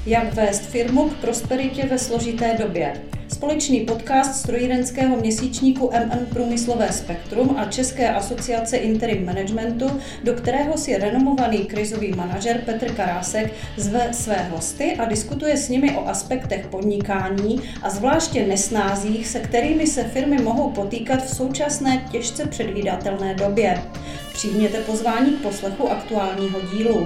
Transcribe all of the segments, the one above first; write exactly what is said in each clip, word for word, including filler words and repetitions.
Jak vést firmu k prosperitě ve složité době. Společný podcast strojírenského měsíčníku M N Průmyslové spektrum a České asociace interim managementu, do kterého si renomovaný krizový manažer Petr Karásek zve své hosty a diskutuje s nimi o aspektech podnikání a zvláště nesnázích, se kterými se firmy mohou potýkat v současné těžce předvídatelné době. Přijměte pozvání k poslechu aktuálního dílu.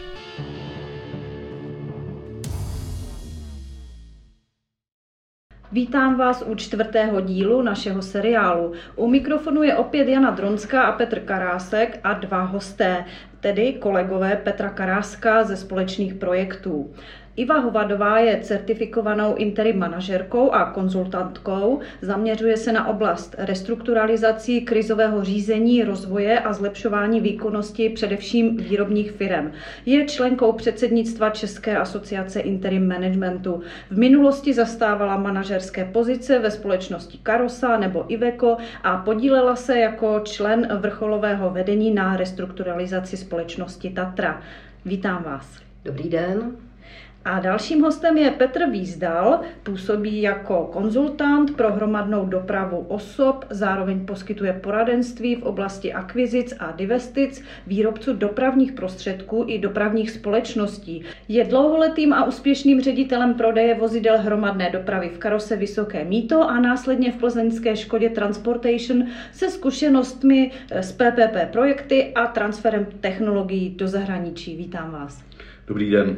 Vítám vás u čtvrtého dílu našeho seriálu. U mikrofonu je opět Jana Dronská a Petr Karásek a dva hosté, tedy kolegové Petra Karáska ze společných projektů. Iva Hovadová je certifikovanou interim manažerkou a konzultantkou, zaměřuje se na oblast restrukturalizací, krizového řízení, rozvoje a zlepšování výkonnosti především výrobních firem. Je členkou předsednictva České asociace interim managementu. V minulosti zastávala manažerské pozice ve společnosti Karosa nebo Iveco a podílela se jako člen vrcholového vedení na restrukturalizaci společnosti Tatra. Vítám vás. Dobrý den. A dalším hostem je Petr Vízdal, působí jako konzultant pro hromadnou dopravu osob, zároveň poskytuje poradenství v oblasti akvizic a divestic výrobců dopravních prostředků i dopravních společností. Je dlouholetým a úspěšným ředitelem prodeje vozidel hromadné dopravy v Karose Vysoké Mýto a následně v plzeňské Škodě Transportation se zkušenostmi z P P P projekty a transferem technologií do zahraničí. Vítám vás. Dobrý den.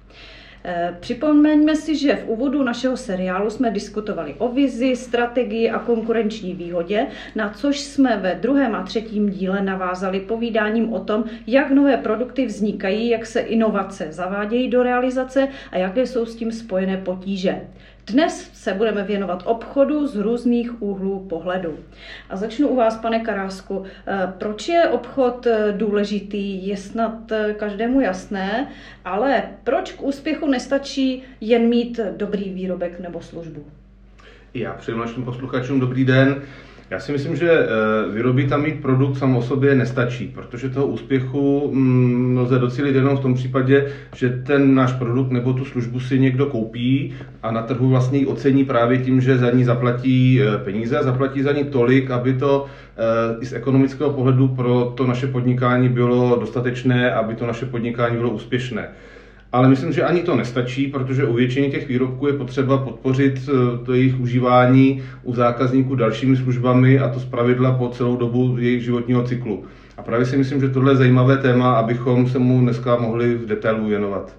Připomeňme si, že v úvodu našeho seriálu jsme diskutovali o vizi, strategii a konkurenční výhodě, na což jsme ve druhém a třetím díle navázali povídáním o tom, jak nové produkty vznikají, jak se inovace zavádějí do realizace a jaké jsou s tím spojené potíže. Dnes se budeme věnovat obchodu z různých úhlů pohledu. A začnu u vás, pane Karásku. Proč je obchod důležitý, je snad každému jasné, ale proč k úspěchu nestačí jen mít dobrý výrobek nebo službu? Já přeji našim posluchačům dobrý den. Já si myslím, že vyrobit a mít produkt sam o sobě nestačí, protože toho úspěchu lze docílit jenom v tom případě, že ten náš produkt nebo tu službu si někdo koupí a na trhu vlastně ji ocení právě tím, že za ní zaplatí peníze, zaplatí za ní tolik, aby to i z ekonomického pohledu pro to naše podnikání bylo dostatečné, aby to naše podnikání bylo úspěšné. Ale myslím, že ani to nestačí, protože u většiny těch výrobků je potřeba podpořit to jejich užívání u zákazníků dalšími službami, a to zpravidla po celou dobu jejich životního cyklu. A právě si myslím, že tohle je zajímavé téma, abychom se mu dneska mohli v detailu věnovat.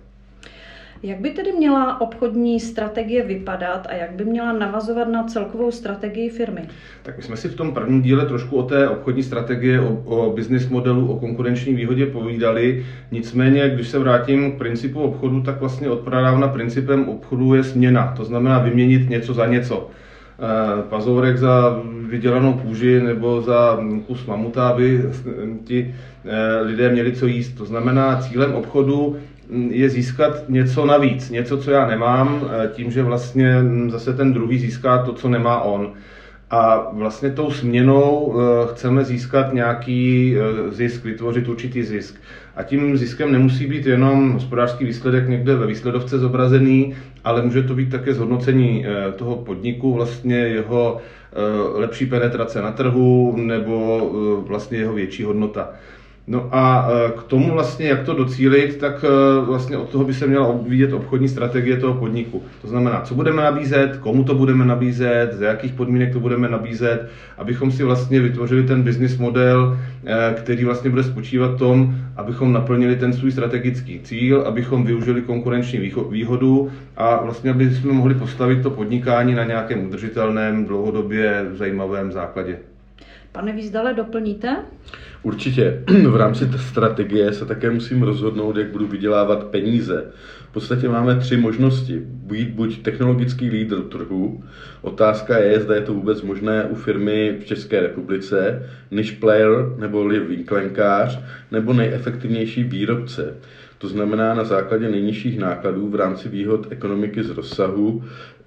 Jak by tedy měla obchodní strategie vypadat a jak by měla navazovat na celkovou strategii firmy? Tak my jsme si v tom prvním díle trošku o té obchodní strategie, o, o business modelu, o konkurenční výhodě povídali. Nicméně, když se vrátím k principu obchodu, tak vlastně odpradávna principem obchodu je směna. To znamená vyměnit něco za něco. Pazourek za vydělanou kůži nebo za kus mamuta, aby ti lidé měli co jíst. To znamená, cílem obchodu je získat něco navíc, něco, co já nemám, tím, že vlastně zase ten druhý získá to, co nemá on. A vlastně tou směnou chceme získat nějaký zisk, vytvořit určitý zisk. A tím ziskem nemusí být jenom hospodářský výsledek někde ve výsledovce zobrazený, ale může to být také zhodnocení toho podniku, vlastně jeho lepší penetrace na trhu nebo vlastně jeho větší hodnota. No a k tomu vlastně, jak to docílit, tak vlastně od toho by se měla odvíjet obchodní strategie toho podniku. To znamená, co budeme nabízet, komu to budeme nabízet, za jakých podmínek to budeme nabízet, abychom si vlastně vytvořili ten business model, který vlastně bude spočívat v tom, abychom naplnili ten svůj strategický cíl, abychom využili konkurenční výhodu a vlastně, aby jsme mohli postavit to podnikání na nějakém udržitelném, dlouhodobě zajímavém základě. Pane Vízdale, doplníte? Určitě. V rámci té strategie se také musím rozhodnout, jak budu vydělávat peníze. V podstatě máme tři možnosti. Být buď technologický lídr trhu, otázka je, zda je to vůbec možné u firmy v České republice, niche player nebo výklenkář, nebo nejefektivnější výrobce. To znamená na základě nejnižších nákladů v rámci výhod ekonomiky z rozsahu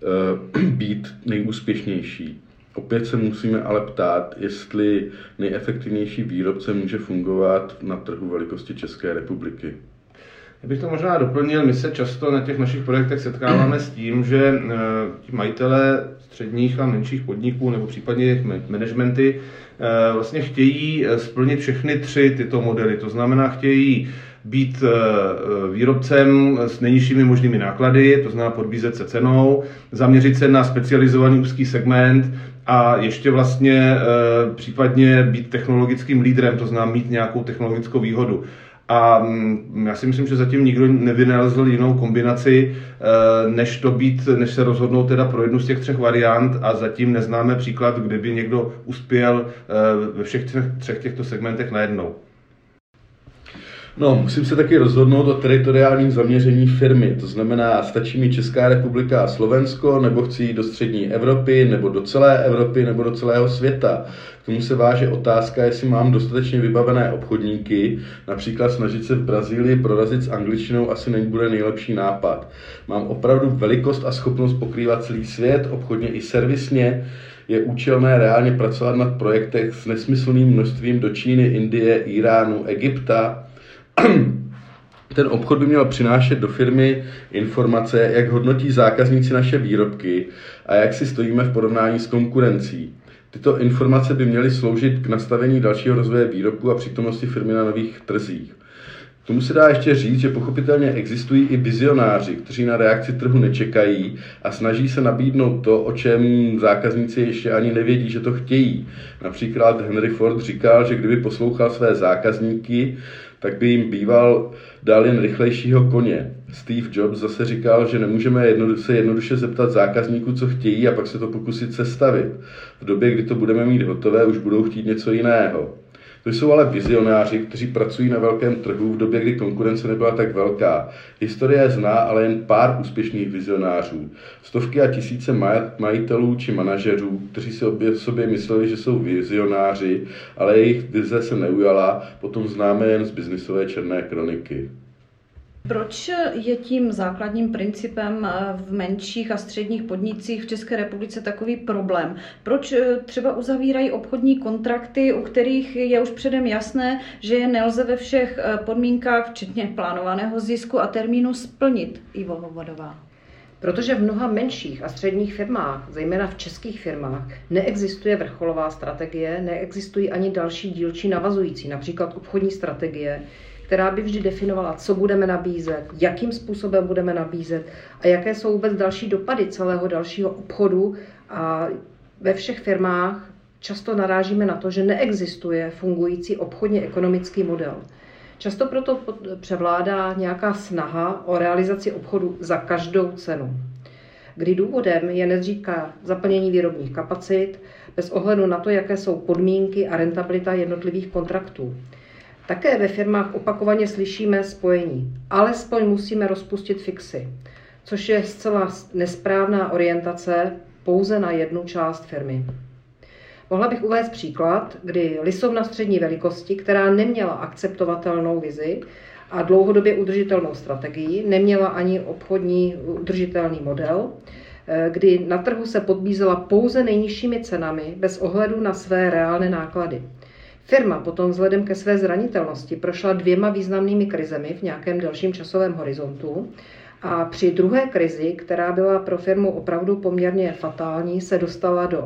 být nejúspěšnější. Opět se musíme ale ptát, jestli nejefektivnější výrobce může fungovat na trhu velikosti České republiky. Já bych to možná doplnil, my se často na těch našich projektech setkáváme s tím, že ti majitelé středních a menších podniků nebo případně jejich managementy vlastně chtějí splnit všechny tři tyto modely. To znamená, chtějí být výrobcem s nejnižšími možnými náklady, to znamená podbízet se cenou, zaměřit se na specializovaný úzký segment a ještě vlastně případně být technologickým lídrem, to znamená mít nějakou technologickou výhodu. A já si myslím, že zatím nikdo nevynalezl jinou kombinaci, než to být, než se rozhodnout teda pro jednu z těch třech variant a zatím neznáme příklad, kdyby někdo uspěl ve všech třech, třech těchto segmentech najednou. No, musím se taky rozhodnout o teritoriálním zaměření firmy, to znamená, stačí mi Česká republika a Slovensko, nebo chci jít do střední Evropy, nebo do celé Evropy, nebo do celého světa. K tomu se váže otázka, jestli mám dostatečně vybavené obchodníky, například snažit se v Brazílii prorazit s angličtinou asi nebude nejlepší nápad. Mám opravdu velikost a schopnost pokrývat celý svět, obchodně i servisně. Je účelné reálně pracovat na projektech s nesmyslným množstvím do Číny, Indie, Iránu, Egypta. Ten obchod by měl přinášet do firmy informace, jak hodnotí zákazníci naše výrobky a jak si stojíme v porovnání s konkurencí. Tyto informace by měly sloužit k nastavení dalšího rozvoje výrobku a přítomnosti firmy na nových trzích. K tomu se dá ještě říct, že pochopitelně existují i vizionáři, kteří na reakci trhu nečekají a snaží se nabídnout to, o čem zákazníci ještě ani nevědí, že to chtějí. Například Henry Ford říkal, že kdyby poslouchal své zákazníky, tak by jim býval dal jen rychlejšího koně. Steve Jobs zase říkal, že nemůžeme jednodu- se jednoduše zeptat zákazníků, co chtějí a pak se to pokusit sestavit. V době, kdy to budeme mít hotové, už budou chtít něco jiného. To jsou ale vizionáři, kteří pracují na velkém trhu v době, kdy konkurence nebyla tak velká. Historie zná ale jen pár úspěšných vizionářů. Stovky a tisíce majitelů či manažerů, kteří si obě sobě mysleli, že jsou vizionáři, ale jejich vize se neujala, potom známe jen z biznisové černé kroniky. Proč je tím základním principem v menších a středních podnicích v České republice takový problém? Proč třeba uzavírají obchodní kontrakty, u kterých je už předem jasné, že je nelze ve všech podmínkách, včetně plánovaného zisku a termínu, splnit? Ivo Hovadová. Protože v mnoha menších a středních firmách, zejména v českých firmách, neexistuje vrcholová strategie, neexistují ani další dílčí navazující, například obchodní strategie, která by vždy definovala, co budeme nabízet, jakým způsobem budeme nabízet a jaké jsou vůbec další dopady celého dalšího obchodu. A ve všech firmách často narážíme na to, že neexistuje fungující obchodně ekonomický model. Často proto převládá nějaká snaha o realizaci obchodu za každou cenu, kdy důvodem je nezřídka zaplnění výrobních kapacit, bez ohledu na to, jaké jsou podmínky a rentabilita jednotlivých kontraktů. Také ve firmách opakovaně slyšíme spojení. Alespoň musíme rozpustit fixy, což je zcela nesprávná orientace pouze na jednu část firmy. Mohla bych uvést příklad, kdy lisovna střední velikosti, která neměla akceptovatelnou vizi a dlouhodobě udržitelnou strategii, neměla ani obchodní udržitelný model, kdy na trhu se podbízela pouze nejnižšími cenami bez ohledu na své reálné náklady. Firma potom vzhledem ke své zranitelnosti prošla dvěma významnými krizemi v nějakém delším časovém horizontu a při druhé krizi, která byla pro firmu opravdu poměrně fatální, se dostala do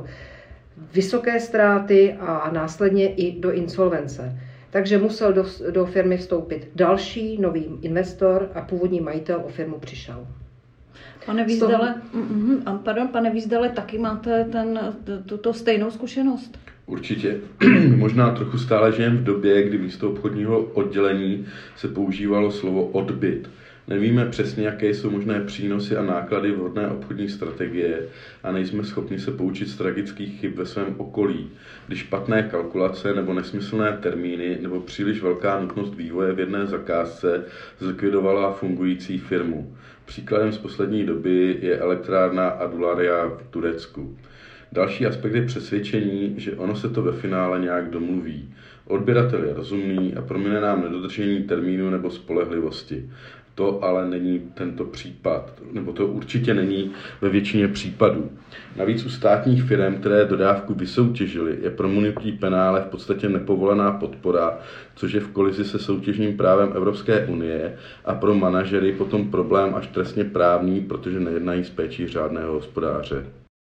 vysoké ztráty a následně i do insolvence. Takže musel do, do firmy vstoupit další nový investor a původní majitel o firmu přišel. Pane Vízdale, toho... pardon, pane Vízdale, taky máte ten, tuto stejnou zkušenost? Určitě. Možná trochu stále žijeme v době, kdy místo obchodního oddělení se používalo slovo odbyt. Nevíme přesně, jaké jsou možné přínosy a náklady vhodné obchodní strategie a nejsme schopni se poučit z tragických chyb ve svém okolí, když špatné kalkulace nebo nesmyslné termíny nebo příliš velká nutnost vývoje v jedné zakázce zlikvidovala fungující firmu. Příkladem z poslední doby je elektrárna Adularia v Turecku. Další aspekt je přesvědčení, že ono se to ve finále nějak domluví. Odběratel je rozumný a promine nám nedodržení termínu nebo spolehlivosti. To ale není tento případ, nebo to určitě není ve většině případů. Navíc u státních firm, které dodávku vysoutěžily, je prominutí penále v podstatě nepovolená podpora, což je v kolizi se soutěžním právem Evropské unie a pro manažery potom problém až trestně právní, protože nejednají s péčí řádného hospodáře.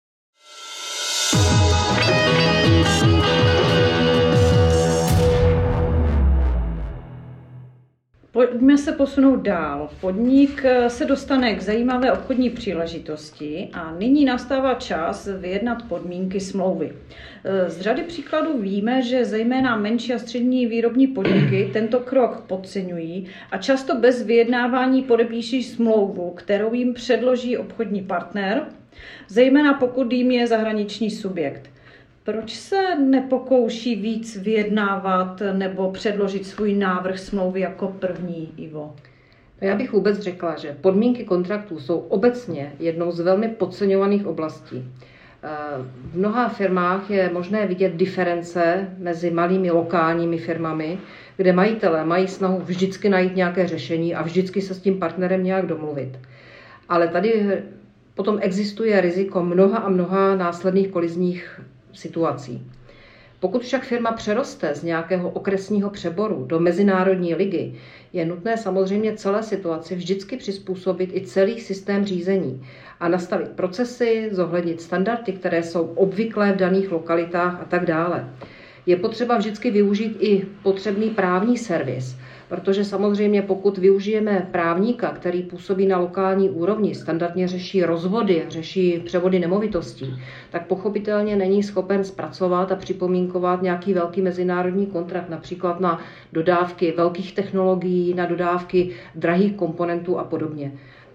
Pojďme se posunout dál. Podnik se dostane k zajímavé obchodní příležitosti a nyní nastává čas vyjednat podmínky smlouvy. Z řady příkladů víme, že zejména menší a střední výrobní podniky tento krok podceňují a často bez vyjednávání podepíší smlouvu, kterou jim předloží obchodní partner, zejména pokud jim je zahraniční subjekt. Proč se nepokouší víc vyjednávat nebo předložit svůj návrh smlouvy jako první, Ivo? Já bych vůbec řekla, že podmínky kontraktů jsou obecně jednou z velmi podceňovaných oblastí. V mnoha firmách je možné vidět diference mezi malými lokálními firmami, kde majitelé mají snahu vždycky najít nějaké řešení a vždycky se s tím partnerem nějak domluvit. Ale tady potom existuje riziko mnoha a mnoha následných kolizních situací. Pokud však firma přeroste z nějakého okresního přeboru do mezinárodní ligy, je nutné samozřejmě celé situaci vždycky přizpůsobit i celý systém řízení a nastavit procesy, zohlednit standardy, které jsou obvyklé v daných lokalitách a tak dále. Je potřeba vždycky využít i potřebný právní servis, protože samozřejmě pokud využijeme právníka, který působí na lokální úrovni, standardně řeší rozvody, řeší převody nemovitostí, tak pochopitelně není schopen zpracovat a připomínkovat nějaký velký mezinárodní kontrakt, například na dodávky velkých technologií, na dodávky drahých komponentů a podobně.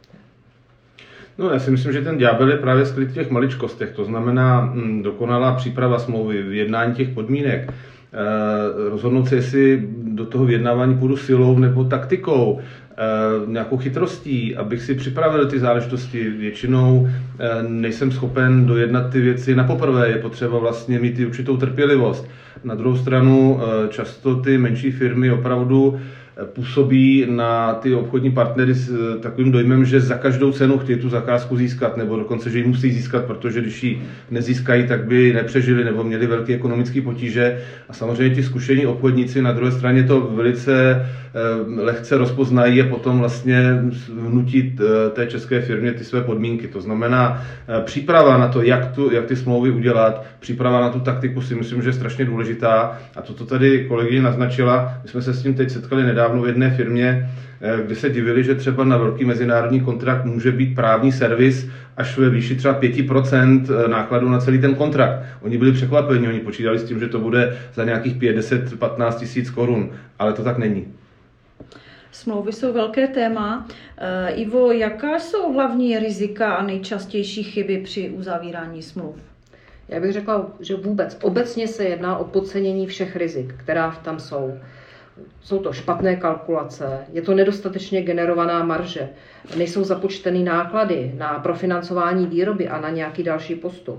No, já si myslím, že ten ďábel je právě skryt v těch maličkostech, to znamená hm, dokonalá příprava smlouvy, vyjednání těch podmínek, eh, rozhodnout se, jestli do toho vyjednávání půjdu silou nebo taktikou, eh, nějakou chytrostí, abych si připravil ty záležitosti. Většinou eh, nejsem schopen dojednat ty věci na poprvé, je potřeba vlastně mít i určitou trpělivost. Na druhou stranu eh, často ty menší firmy opravdu působí na ty obchodní partnery s takovým dojmem, že za každou cenu chtějí tu zakázku získat, nebo dokonce, že ji musí získat, protože když ji nezískají, tak by nepřežili nebo měli velké ekonomické potíže. A samozřejmě ti zkušení obchodníci na druhé straně to velice lehce rozpoznají a potom vlastně vnutí té české firmě ty své podmínky. To znamená příprava na to, jak, tu, jak ty smlouvy udělat, příprava na tu taktiku si myslím, že je strašně důležitá. A to, co tady kolegyně naznačila, my jsme se s tím teď setkali nedávno v jedné firmě, kdy se divili, že třeba na velký mezinárodní kontrakt může být právní servis až ve výši třeba pět procent nákladů na celý ten kontrakt. Oni byli překvapeni, oni počítali s tím, že to bude za nějakých pět, deset, patnáct tisíc korun, ale to tak není. Smlouvy jsou velké téma. Ivo, jaká jsou hlavní rizika a nejčastější chyby při uzavírání smluv? Já bych řekla, že vůbec obecně se jedná o podcenění všech rizik, která tam jsou. Jsou to špatné kalkulace, je to nedostatečně generovaná marže, nejsou započteny náklady na profinancování výroby a na nějaký další postup.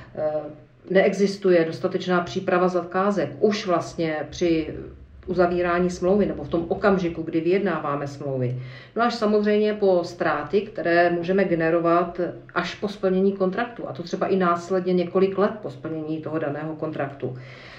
Neexistuje dostatečná příprava zakázek už vlastně při uzavírání smlouvy nebo v tom okamžiku, kdy vyjednáváme smlouvy. No až samozřejmě po ztráty, které můžeme generovat až po splnění kontraktu, a to třeba i následně několik let po splnění toho daného kontraktu.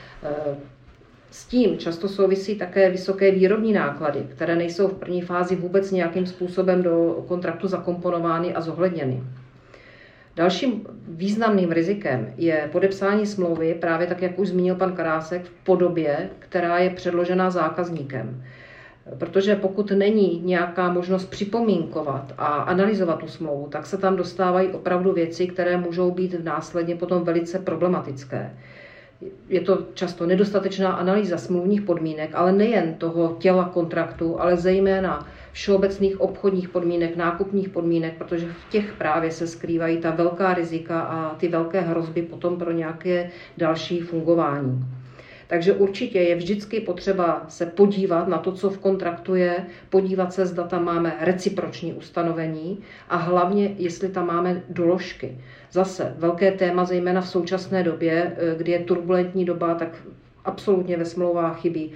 S tím často souvisí také vysoké výrobní náklady, které nejsou v první fázi vůbec nějakým způsobem do kontraktu zakomponovány a zohledněny. Dalším významným rizikem je podepsání smlouvy, právě tak, jak už zmínil pan Karásek, v podobě, která je předložena zákazníkem. Protože pokud není nějaká možnost připomínkovat a analyzovat tu smlouvu, tak se tam dostávají opravdu věci, které můžou být následně potom velice problematické. Je to často nedostatečná analýza smluvních podmínek, ale nejen toho těla kontraktu, ale zejména všeobecných obchodních podmínek, nákupních podmínek, protože v těch právě se skrývají ta velká rizika a ty velké hrozby potom pro nějaké další fungování. Takže určitě je vždycky potřeba se podívat na to, co v kontraktu je, podívat se, zda tam máme reciproční ustanovení a hlavně, jestli tam máme doložky. Zase velké téma, zejména v současné době, kdy je turbulentní doba, tak absolutně ve smlouvách chybí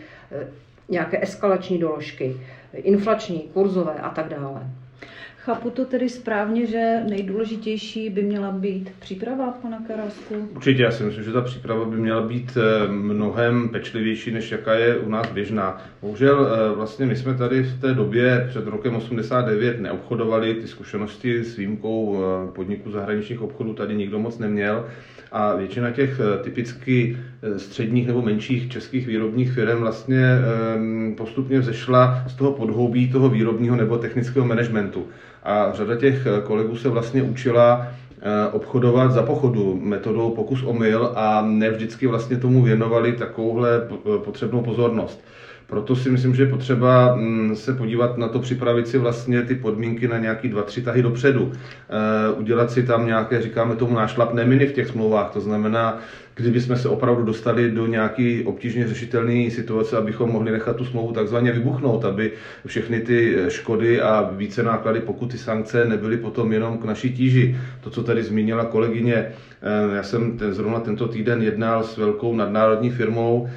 nějaké eskalační doložky, inflační, kurzové a tak dále. Chápu to tedy správně, že nejdůležitější by měla být příprava, pane Karásku? Určitě, já si myslím, že ta příprava by měla být mnohem pečlivější, než jaká je u nás běžná. Bohužel vlastně my jsme tady v té době před rokem osmdesát devět neobchodovali, ty zkušenosti s výjimkou podniků zahraničních obchodů tady nikdo moc neměl. A většina těch typicky středních nebo menších českých výrobních firm vlastně postupně vzešla z toho podhoubí toho výrobního nebo technického managementu. A řada těch kolegů se vlastně učila obchodovat za pochodu metodou pokus omyl a ne vždycky vlastně tomu věnovali takovouhle potřebnou pozornost. Proto si myslím, že je potřeba se podívat na to, připravit si vlastně ty podmínky na nějaký dva, tři tahy dopředu. Udělat si tam nějaké, říkáme tomu, nášlapné miny v těch smlouvách. To znamená, kdyby jsme se opravdu dostali do nějaké obtížně řešitelné situace, abychom mohli nechat tu smlouvu takzvaně vybuchnout, aby všechny ty škody a více náklady, pokuty, sankce nebyly potom jenom k naší tíži. To, co tady zmínila kolegyně, já jsem ten, zrovna tento týden jednal s velkou nadnárodní firmou,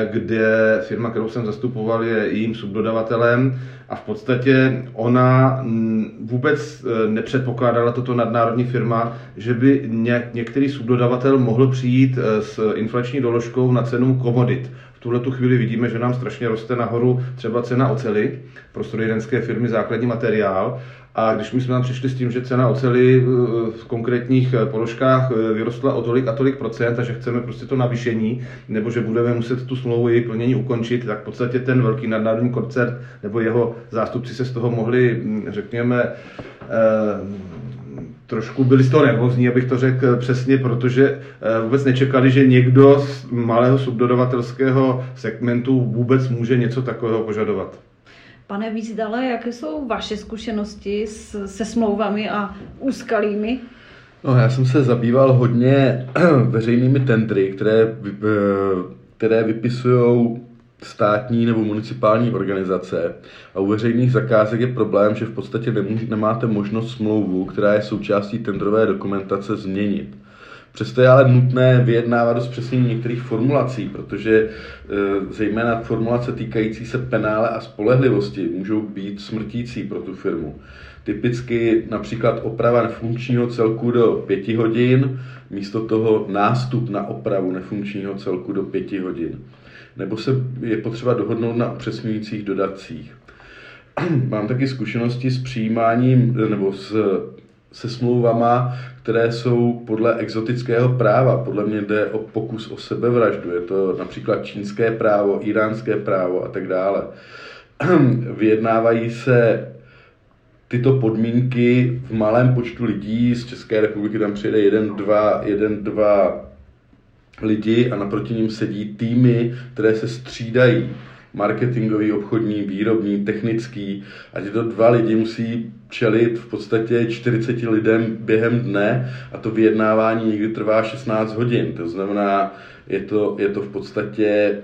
kde firma, kterou jsem zastupoval, je jejím subdodavatelem a v podstatě ona vůbec nepředpokládala, toto nadnárodní firma, že by některý subdodavatel mohl přijít s inflační doložkou na cenu komodit. V tuhle tu chvíli vidíme, že nám strašně roste nahoru třeba cena oceli pro strojírenské firmy, základní materiál. A když my jsme tam přišli s tím, že cena oceli v konkrétních položkách vyrostla o tolik a tolik procent a že chceme prostě to navýšení, nebo že budeme muset tu smlouvu její plnění ukončit, tak v podstatě ten velký nadnárodní koncern nebo jeho zástupci se z toho mohli, řekněme, trošku byli z toho nervózní, abych to řekl přesně, protože vůbec nečekali, že někdo z malého subdodavatelského segmentu vůbec může něco takového požadovat. Pane Vízdale, jaké jsou vaše zkušenosti s, se smlouvami a úskalími? No, já jsem se zabýval hodně veřejnými tendry, které, které vypisují státní nebo municipální organizace. A u veřejných zakázek je problém, že v podstatě nemáte možnost smlouvu, která je součástí tendrové dokumentace, změnit. Přesto je ale nutné vyjednávat o zpřesnění některých formulací, protože e, zejména formulace týkající se penále a spolehlivosti můžou být smrtící pro tu firmu. Typicky například oprava nefunkčního celku do pěti hodin, místo toho nástup na opravu nefunkčního celku do pěti hodin. Nebo se je potřeba dohodnout na upřesňujících dodatcích. Mám taky zkušenosti s přijímáním nebo s se smlouvama, které jsou podle exotického práva. Podle mě jde o pokus o sebevraždu. Je to například čínské právo, iránské právo a tak dále. Vyjednávají se tyto podmínky v malém počtu lidí. Z České republiky tam přijede jeden, dva, jeden, dva lidi a naproti ním sedí týmy, které se střídají. Marketingový, obchodní, výrobní, technický. A tyto dva lidi musí čelit v podstatě čtyřiceti lidem během dne a to vyjednávání někdy trvá šestnáct hodin. To znamená, je to, je to v podstatě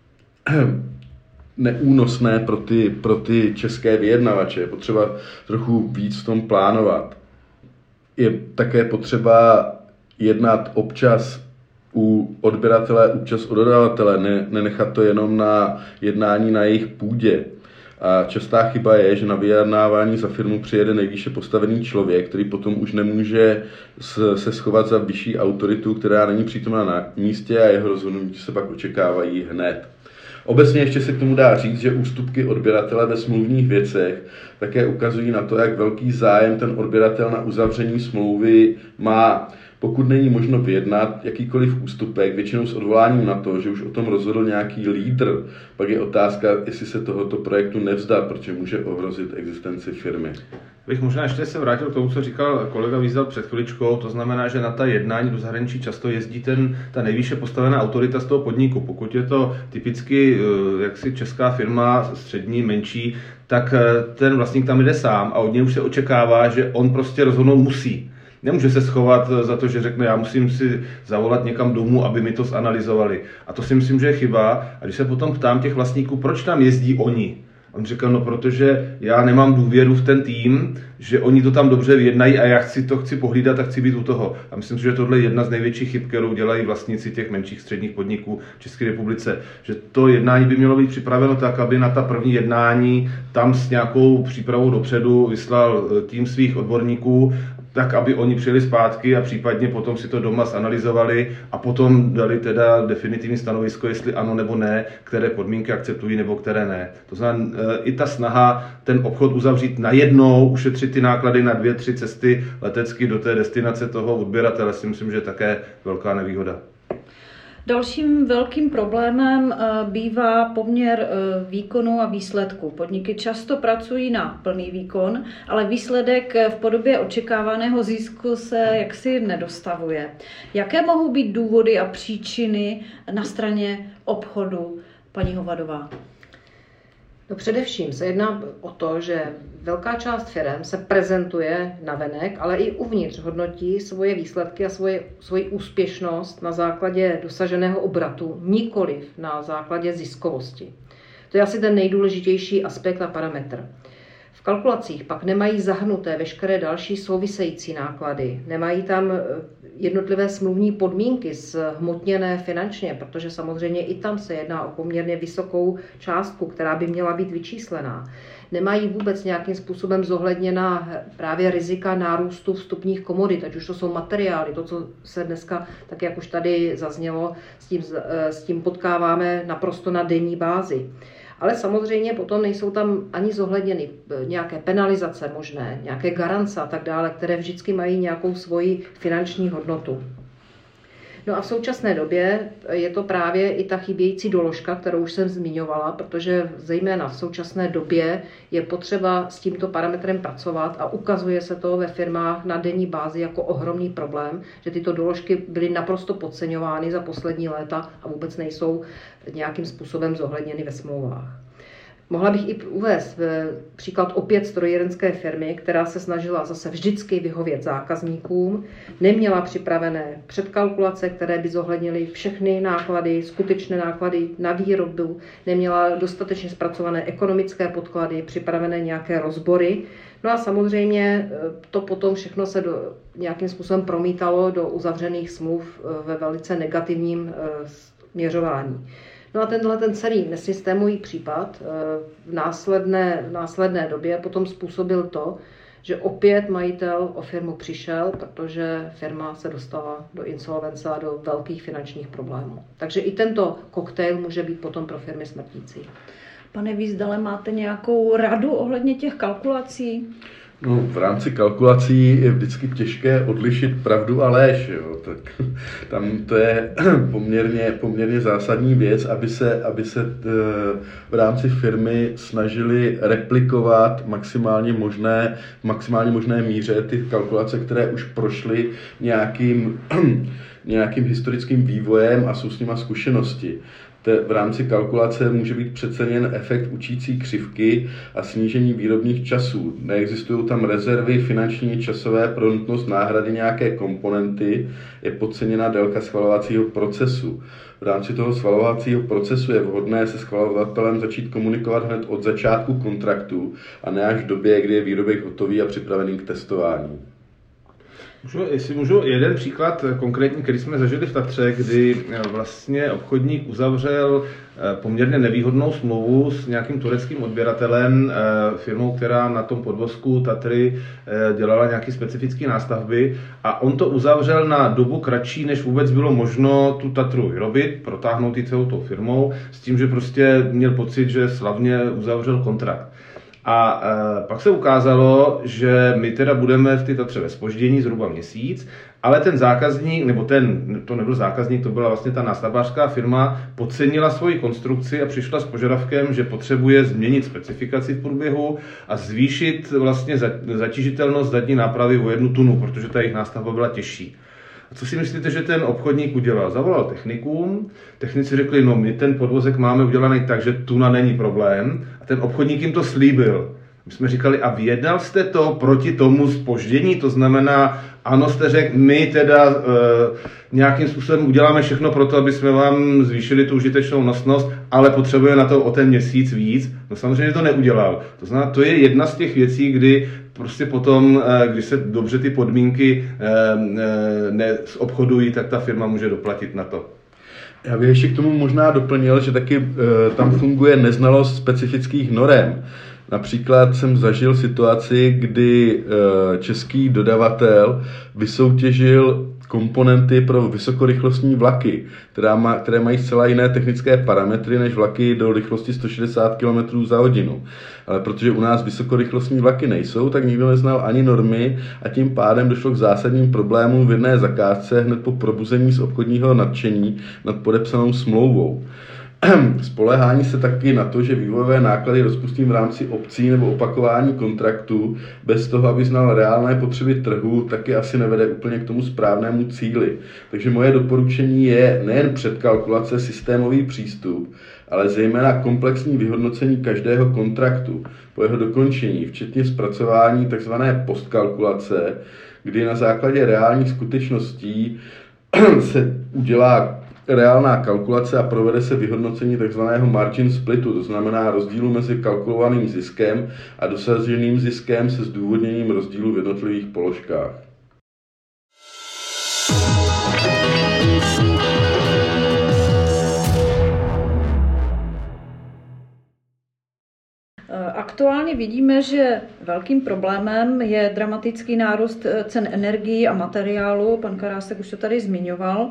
neúnosné pro ty, pro ty české vyjednavače. Je potřeba trochu víc v tom plánovat. Je také potřeba jednat občas u odběratele, občas u dodavatele, ne, nenechat to jenom na jednání na jejich půdě. A častá chyba je, že na vyjednávání za firmu přijede nejvýše postavený člověk, který potom už nemůže se schovat za vyšší autoritu, která není přítomná na místě a jeho rozhodnutí se pak očekávají hned. Obecně ještě se k tomu dá říct, že ústupky odběratele ve smluvních věcech také ukazují na to, jak velký zájem ten odběratel na uzavření smlouvy má. Pokud není možno vyjednat jakýkoliv ústupek, většinou s odvoláním na to, že už o tom rozhodl nějaký lídr, pak je otázka, jestli se tohoto projektu nevzdát, protože může ohrozit existenci firmy. Bych možná ještě se vrátil k tomu, co říkal kolega Vízdal před chviličkou, to znamená, že na ta jednání do zahraničí často jezdí ten, ta nejvýše postavená autorita z toho podniku. Pokud je to typicky jaksi česká firma, střední, menší, tak ten vlastník tam jde sám a od něj už se očekává, že on prostě rozhodnout musí. Nemůže se schovat za to, že řekne, já musím si zavolat někam domů, aby mi to zanalyzovali. A to si myslím, že je chyba. A když se potom ptám těch vlastníků, proč tam jezdí oni? On říkal, no protože já nemám důvěru v ten tým, že oni to tam dobře vyjednají a já chci to chci pohlídat a chci být u toho. A myslím si, že tohle je jedna z největších chyb, kterou dělají vlastníci těch menších středních podniků v České republice. Že to jednání by mělo být připraveno tak, aby na ta první jednání tam s nějakou přípravou dopředu vyslal tým svých odborníků, tak, aby oni přijeli zpátky a případně potom si to doma zanalyzovali a potom dali teda definitivní stanovisko, jestli ano nebo ne, které podmínky akceptují nebo které ne. To znamená, i ta snaha ten obchod uzavřít najednou, ušetřit ty náklady na dvě, tři cesty letecky do té destinace toho odběratele, si myslím, že je také velká nevýhoda. Dalším velkým problémem bývá poměr výkonu a výsledku. Podniky často pracují na plný výkon, ale výsledek v podobě očekávaného zisku se jaksi nedostavuje. Jaké mohou být důvody a příčiny na straně obchodu, paní Hovadová? No především se jedná o to, že velká část firem se prezentuje navenek, ale i uvnitř hodnotí svoje výsledky a svoje, svoji úspěšnost na základě dosaženého obratu, nikoliv na základě ziskovosti. To je asi ten nejdůležitější aspekt a parametr. V kalkulacích pak nemají zahrnuté veškeré další související náklady, nemají tam jednotlivé smluvní podmínky zhmotněné finančně, protože samozřejmě i tam se jedná o poměrně vysokou částku, která by měla být vyčíslená. Nemají vůbec nějakým způsobem zohledněna právě rizika nárůstu vstupních komodit, ať už to jsou materiály, to, co se dneska, tak jak už tady zaznělo, s tím, s tím potkáváme naprosto na denní bázi. Ale samozřejmě potom nejsou tam ani zohledněny nějaké penalizace možné, nějaké garance a tak dále, které vždycky mají nějakou svoji finanční hodnotu. No a v současné době je to právě i ta chybějící doložka, kterou už jsem zmiňovala, protože zejména v současné době je potřeba s tímto parametrem pracovat a ukazuje se to ve firmách na denní bázi jako ohromný problém, že tyto doložky byly naprosto podceňovány za poslední léta a vůbec nejsou nějakým způsobem zohledněny ve smlouvách. Mohla bych i uvést příklad opět strojírenské firmy, která se snažila zase vždycky vyhovět zákazníkům, neměla připravené předkalkulace, které by zohlednily všechny náklady, skutečné náklady na výrobu, neměla dostatečně zpracované ekonomické podklady, připravené nějaké rozbory. No a samozřejmě to potom všechno se do, nějakým způsobem promítalo do uzavřených smluv ve velice negativním směřování. No a tenhle ten celý nesystémový případ v následné, v následné době potom způsobil to, že opět majitel o firmu přišel, protože firma se dostala do insolvence a do velkých finančních problémů. Takže i tento koktejl může být potom pro firmy smrtící. Pane Vízdale, máte nějakou radu ohledně těch kalkulací? No, v rámci kalkulací je vždycky těžké odlišit pravdu a lež. Jo. Tak, tam to je poměrně, poměrně zásadní věc, aby se, aby se v rámci firmy snažili replikovat maximálně možné, maximálně možné míře ty kalkulace, které už prošly nějakým, nějakým historickým vývojem a jsou s nima zkušenosti. V rámci kalkulace může být přeceněn efekt učící křivky a snížení výrobních časů. Neexistují tam rezervy finanční časové pro nutnost náhrady nějaké komponenty, je podceněna délka schvalovacího procesu. V rámci toho schvalovacího procesu je vhodné se schvalovatelem začít komunikovat hned od začátku kontraktu a ne až v době, kdy je výrobek hotový a připravený k testování. Můžu, jestli můžu jeden příklad konkrétní, který jsme zažili v Tatře, kdy vlastně obchodník uzavřel poměrně nevýhodnou smlouvu s nějakým tureckým odběratelem, firmou, která na tom podvozku Tatry dělala nějaké specifické nástavby a on to uzavřel na dobu kratší, než vůbec bylo možno tu Tatru vyrobit, protáhnout ji celou tou firmou, s tím, že prostě měl pocit, že slavně uzavřel kontrakt. A e, pak se ukázalo, že my teda budeme v té Tatře ve zpoždění zhruba měsíc, ale ten zákazník, nebo ten, to nebyl zákazník, to byla vlastně ta nástavbářská firma, podcenila svoji konstrukci a přišla s požadavkem, že potřebuje změnit specifikaci v průběhu a zvýšit vlastně zatížitelnost zadní nápravy o jednu tunu, protože ta jejich nástavba byla těžší. A co si myslíte, že ten obchodník udělal? Zavolal technikům, technici řekli, no my ten podvozek máme udělaný tak, že tuna není problém a ten obchodník jim to slíbil. My jsme říkali, a vyjednal jste to proti tomu zpoždění, to znamená, ano, jste řekl, my teda e, nějakým způsobem uděláme všechno pro to, aby jsme vám zvýšili tu užitečnou nosnost, ale potřebujeme na to o ten měsíc víc. No samozřejmě to neudělal. To znamená, to je jedna z těch věcí, kdy prostě potom, e, když se dobře ty podmínky e, e, neobchodují, tak ta firma může doplatit na to. Já bych ještě k tomu možná doplnil, že taky e, tam funguje neznalost specifických norem. Například jsem zažil situaci, kdy český dodavatel vysoutěžil komponenty pro vysokorychlostní vlaky, která má, které mají zcela jiné technické parametry než vlaky do rychlosti sto šedesát kilometrů za hodinu. Ale protože u nás vysokorychlostní vlaky nejsou, tak nikdo neznal ani normy a tím pádem došlo k zásadním problémům v jedné zakázce hned po probuzení z obchodního nadšení nad podepsanou smlouvou. Spoléhání se taky na to, že vývojové náklady rozpustím v rámci opcí nebo opakování kontraktů bez toho, aby znal reálné potřeby trhu, taky asi nevede úplně k tomu správnému cíli. Takže moje doporučení je nejen předkalkulace, systémový přístup, ale zejména komplexní vyhodnocení každého kontraktu po jeho dokončení, včetně zpracování tzv. Postkalkulace, kdy na základě reálních skutečností se udělá reálná kalkulace a provede se vyhodnocení tzv. Margin splitu, to znamená rozdílu mezi kalkulovaným ziskem a dosaženým ziskem se zdůvodněním rozdílu v jednotlivých položkách. Aktuálně vidíme, že velkým problémem je dramatický nárůst cen energií a materiálu. Pan Karásek už to tady zmiňoval.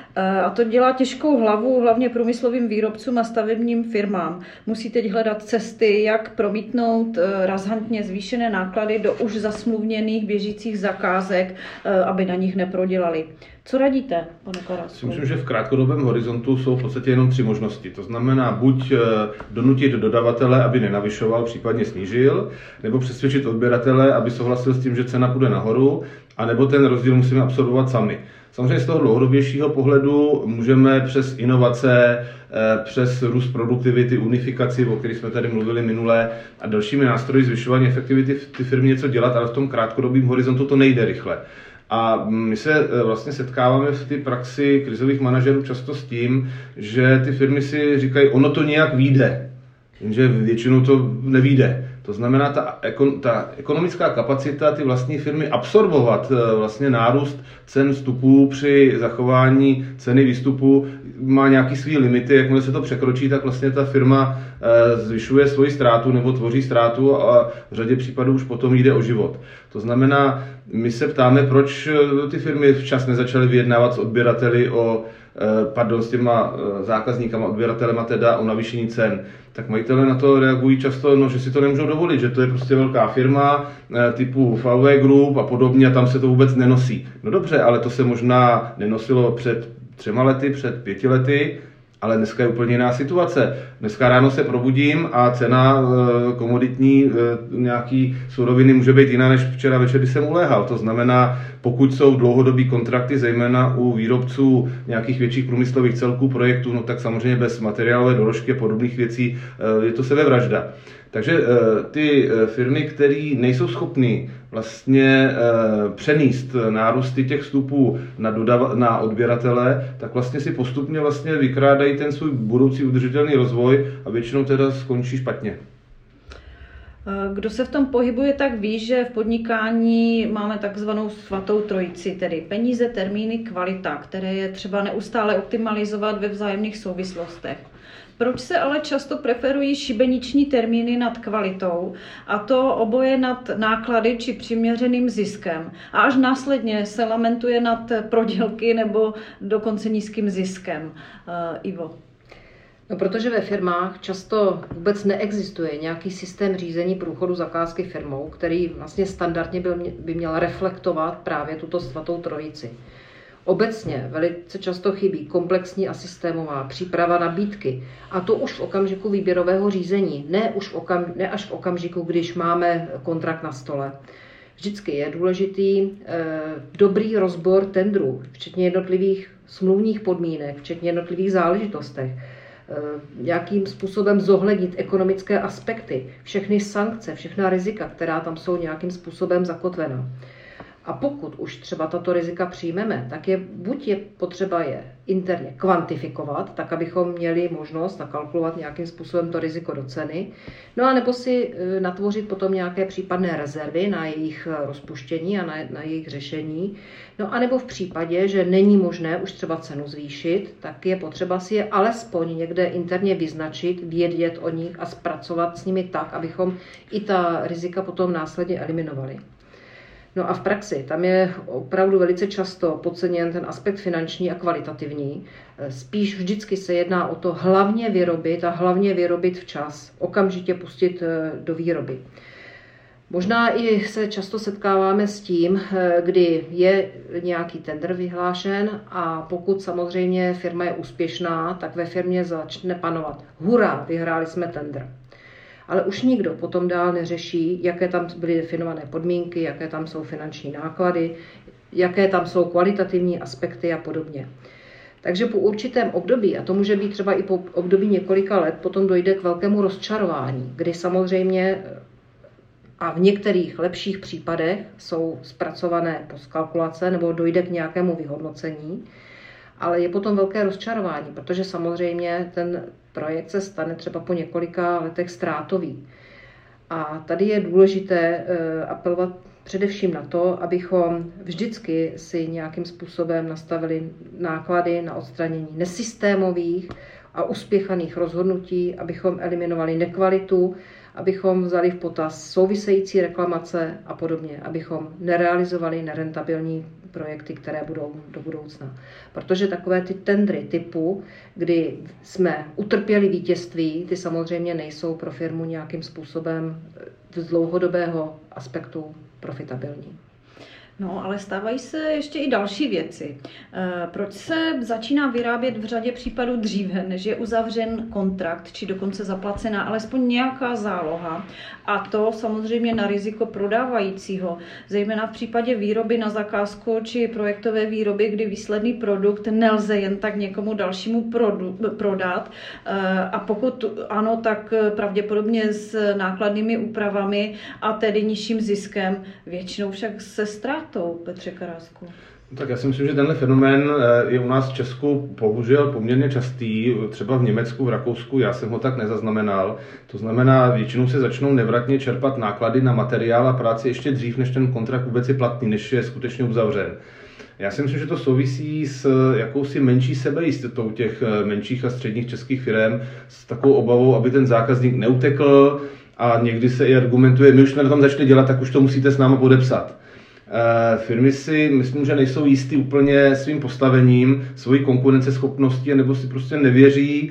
A to dělá těžkou hlavu hlavně průmyslovým výrobcům a stavebním firmám. Musí teď hledat cesty, jak promítnout razantně zvýšené náklady do už zasmluvněných běžících zakázek, aby na nich neprodělali. Co radíte, pane Karásku? Myslím, že v krátkodobém horizontu jsou v podstatě jenom tři možnosti. To znamená buď donutit dodavatele, aby nenavyšoval, případně snížil, nebo přesvědčit odběratele, aby souhlasil s tím, že cena půjde nahoru, anebo ten rozdíl musíme absorbovat sami. Samozřejmě z toho dlouhodobějšího pohledu můžeme přes inovace, přes růst produktivity, unifikaci, o kterých jsme tady mluvili minule, a dalšími nástroji zvyšování efektivity ty firmy něco dělat, ale v tom krátkodobém horizontu to nejde rychle. A my se vlastně setkáváme v té praxi krizových manažerů často s tím, že ty firmy si říkají, ono to nějak vyjde, jenže většinou to nevyjde. To znamená, ta, ta ekonomická kapacita ty vlastní firmy absorbovat vlastně nárůst cen vstupů při zachování ceny výstupu má nějaký svý limity. Jakmile se to překročí, tak vlastně ta firma zvyšuje svoji ztrátu nebo tvoří ztrátu a v řadě případů už potom jde o život. To znamená, my se ptáme, proč ty firmy včas nezačaly vyjednávat s odběrateli o pardon, s těma zákazníkama, odběratelema teda o navýšení cen, tak majitelé na to reagují často, no, že si to nemůžou dovolit, že to je prostě velká firma typu V W Group a podobně a tam se to vůbec nenosí. No dobře, ale to se možná nenosilo před třema lety, před pěti lety, ale dneska je úplně jiná situace. Dneska ráno se probudím a cena komoditní nějaký suroviny může být jiná než včera večer, kdy jsem uléhal. To znamená, pokud jsou dlouhodobý kontrakty, zejména u výrobců nějakých větších průmyslových celků, projektů, no tak samozřejmě bez materiálové doložky a podobných věcí je to sebevražda. Takže ty firmy, které nejsou schopny vlastně přenést nárůsty těch vstupů na, dodava- na odběratele, tak vlastně si postupně vlastně vykrádají ten svůj budoucí udržitelný rozvoj a většinou teda skončí špatně. Kdo se v tom pohybuje, tak ví, že v podnikání máme takzvanou svatou trojici, tedy peníze, termíny, kvalita, které je třeba neustále optimalizovat ve vzájemných souvislostech. Proč se ale často preferují šibeniční termíny nad kvalitou, a to oboje nad náklady či přiměřeným ziskem, a až následně se lamentuje nad prodělky nebo dokonce nízkým ziskem? Uh, Ivo. No, protože ve firmách často vůbec neexistuje nějaký systém řízení průchodu zakázky firmou, který vlastně standardně by měl reflektovat právě tuto svatou trojici. Obecně velice často chybí komplexní a systémová příprava nabídky, a to už v okamžiku výběrového řízení, ne, už v okam, ne až v okamžiku, když máme kontrakt na stole. Vždycky je důležitý e, dobrý rozbor tendrů, včetně jednotlivých smluvních podmínek, včetně jednotlivých záležitostech. nějakým způsobem zohlednit ekonomické aspekty, všechny sankce, všechna rizika, která tam jsou nějakým způsobem zakotvena. A pokud už třeba tato rizika přijmeme, tak je buď je potřeba je interně kvantifikovat, tak abychom měli možnost nakalkulovat nějakým způsobem to riziko do ceny, no a nebo si natvořit potom nějaké případné rezervy na jejich rozpuštění a na, na jejich řešení. No a nebo v případě, že není možné už třeba cenu zvýšit, tak je potřeba si je alespoň někde interně vyznačit, vědět o nich a zpracovat s nimi tak, abychom i ta rizika potom následně eliminovali. No a v praxi tam je opravdu velice často podceněn ten aspekt finanční a kvalitativní. Spíš vždycky se jedná o to hlavně vyrobit a hlavně vyrobit včas, okamžitě pustit do výroby. Možná i se často setkáváme s tím, kdy je nějaký tendr vyhlášen a pokud samozřejmě firma je úspěšná, tak ve firmě začne panovat: hurá, vyhráli jsme tendr. Ale už nikdo potom dál neřeší, jaké tam byly definované podmínky, jaké tam jsou finanční náklady, jaké tam jsou kvalitativní aspekty a podobně. Takže po určitém období, a to může být třeba i po období několika let, potom dojde k velkému rozčarování, kdy samozřejmě a v některých lepších případech jsou zpracované postkalkulace nebo dojde k nějakému vyhodnocení, ale je potom velké rozčarování, protože samozřejmě ten projekt se stane třeba po několika letech ztrátový. A tady je důležité apelovat především na to, abychom vždycky si nějakým způsobem nastavili náklady na odstranění nesystémových a uspěchaných rozhodnutí, abychom eliminovali nekvalitu, abychom vzali v potaz související reklamace a podobně, abychom nerealizovali nerentabilní projekty, které budou do budoucna. Protože takové ty tendry typu, kdy jsme utrpěli vítězství, ty samozřejmě nejsou pro firmu nějakým způsobem z dlouhodobého aspektu profitabilní. No, ale stávají se ještě i další věci. Proč se začíná vyrábět v řadě případů dříve, než je uzavřen kontrakt, či dokonce zaplacená alespoň nějaká záloha? A to samozřejmě na riziko prodávajícího, zejména v případě výroby na zakázku či projektové výroby, kdy výsledný produkt nelze jen tak někomu dalšímu produ- prodat. A pokud ano, tak pravděpodobně s nákladnými úpravami a tedy nižším ziskem, většinou však se ztrátou. Petře Karásku. Tak já si myslím, že tenhle fenomén je u nás v Česku bohužel poměrně častý, třeba v Německu, v Rakousku, já jsem ho tak nezaznamenal. To znamená, většinou se začnou nevratně čerpat náklady na materiál a práci ještě dřív, než ten kontrakt vůbec je platný, než je skutečně uzavřen. Já si myslím, že to souvisí s jakousi menší sebejistotou těch menších a středních českých firm, s takovou obavou, aby ten zákazník neutekl, a někdy se i argumentuje, my už jsme na tom začali dělat, tak už to musíte s námi podepsat. Firmy si myslím, že nejsou jistý úplně svým postavením, svojí konkurenceschopností, nebo si prostě nevěří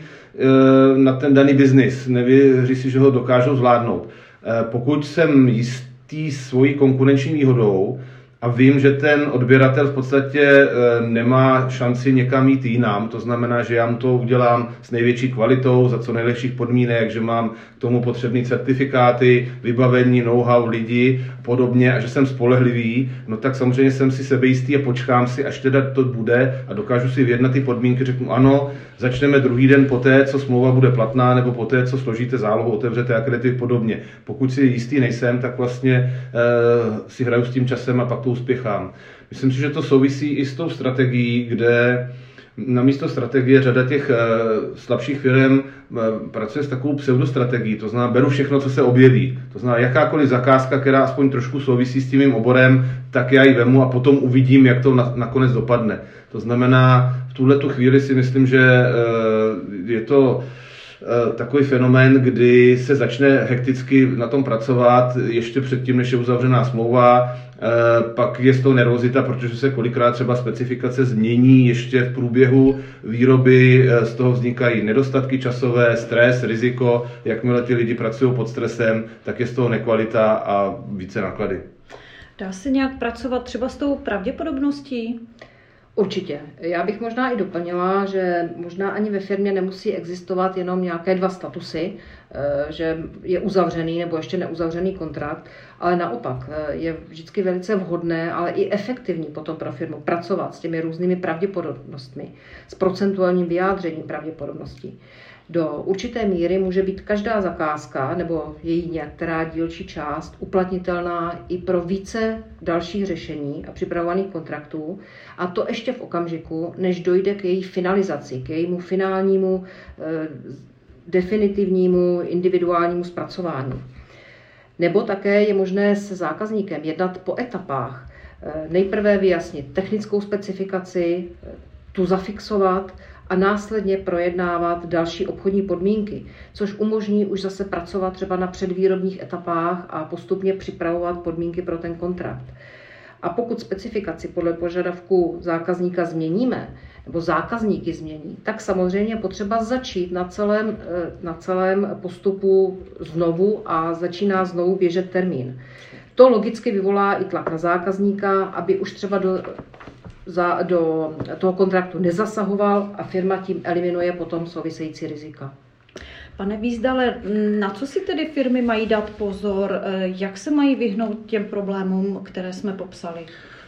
na ten daný biznis, nevěří si, že ho dokážou zvládnout. Pokud jsem jistý svojí konkurenční výhodou a vím, že ten odběratel v podstatě nemá šanci někam jít jinam, to znamená, že já mu to udělám s největší kvalitou, za co nejlepších podmínek, že mám k tomu potřebné certifikáty, vybavení, know-how, lidi a podobně a že jsem spolehlivý, no tak samozřejmě jsem si sebejistý a počkám si, až teda to bude a dokážu si vyjednat ty podmínky, řeknu ano, začneme druhý den poté, co smlouva bude platná, nebo poté, co složíte zálohu, otevřete akredity podobně. Pokud si jistý nejsem, tak vlastně e, si hraju s tím časem a pak to uspěchám. Myslím si, že to souvisí i s tou strategií, kde namísto strategie řada těch e, slabších firm e, pracuje s takovou pseudostrategií, to znamená, beru všechno, co se objeví. To znamená, jakákoliv zakázka, která aspoň trošku souvisí s tím mým oborem, tak já ji vemu a potom uvidím, jak to na, nakonec dopadne. To znamená, v tuhletu chvíli si myslím, že e, je to takový fenomén, kdy se začne hekticky na tom pracovat ještě předtím, než je uzavřená smlouva, pak je z toho nervozita, protože se kolikrát třeba specifikace změní ještě v průběhu výroby, z toho vznikají nedostatky časové, stres, riziko, jakmile ty lidi pracují pod stresem, tak je z toho nekvalita a více náklady. Dá se nějak pracovat třeba s tou pravděpodobností? Určitě. Já bych možná i doplnila, že možná ani ve firmě nemusí existovat jenom nějaké dva statusy, že je uzavřený nebo ještě neuzavřený kontrakt, ale naopak je vždycky velice vhodné, ale i efektivní potom pro firmu pracovat s těmi různými pravděpodobnostmi, s procentuálním vyjádřením pravděpodobností. Do určité míry může být každá zakázka nebo její některá dílčí část uplatnitelná i pro více dalších řešení a připravovaných kontraktů, a to ještě v okamžiku, než dojde k její finalizaci, k jejímu finálnímu, eh, definitivnímu, individuálnímu zpracování. Nebo také je možné se zákazníkem jednat po etapách. Eh, nejprve vyjasnit technickou specifikaci, eh, tu zafixovat a následně projednávat další obchodní podmínky, což umožní už zase pracovat třeba na předvýrobních etapách a postupně připravovat podmínky pro ten kontrakt. A pokud specifikaci podle požadavku zákazníka změníme, nebo zákazníky změní, tak samozřejmě je potřeba začít na celém, na celém postupu znovu a začíná znovu běžet termín. To logicky vyvolá i tlak na zákazníka, aby už třeba do Za, do toho kontraktu nezasahoval a firma tím eliminuje potom související rizika. Pane Vízdale, na co si tedy firmy mají dát pozor, jak se mají vyhnout těm problémům, které jsme popsali?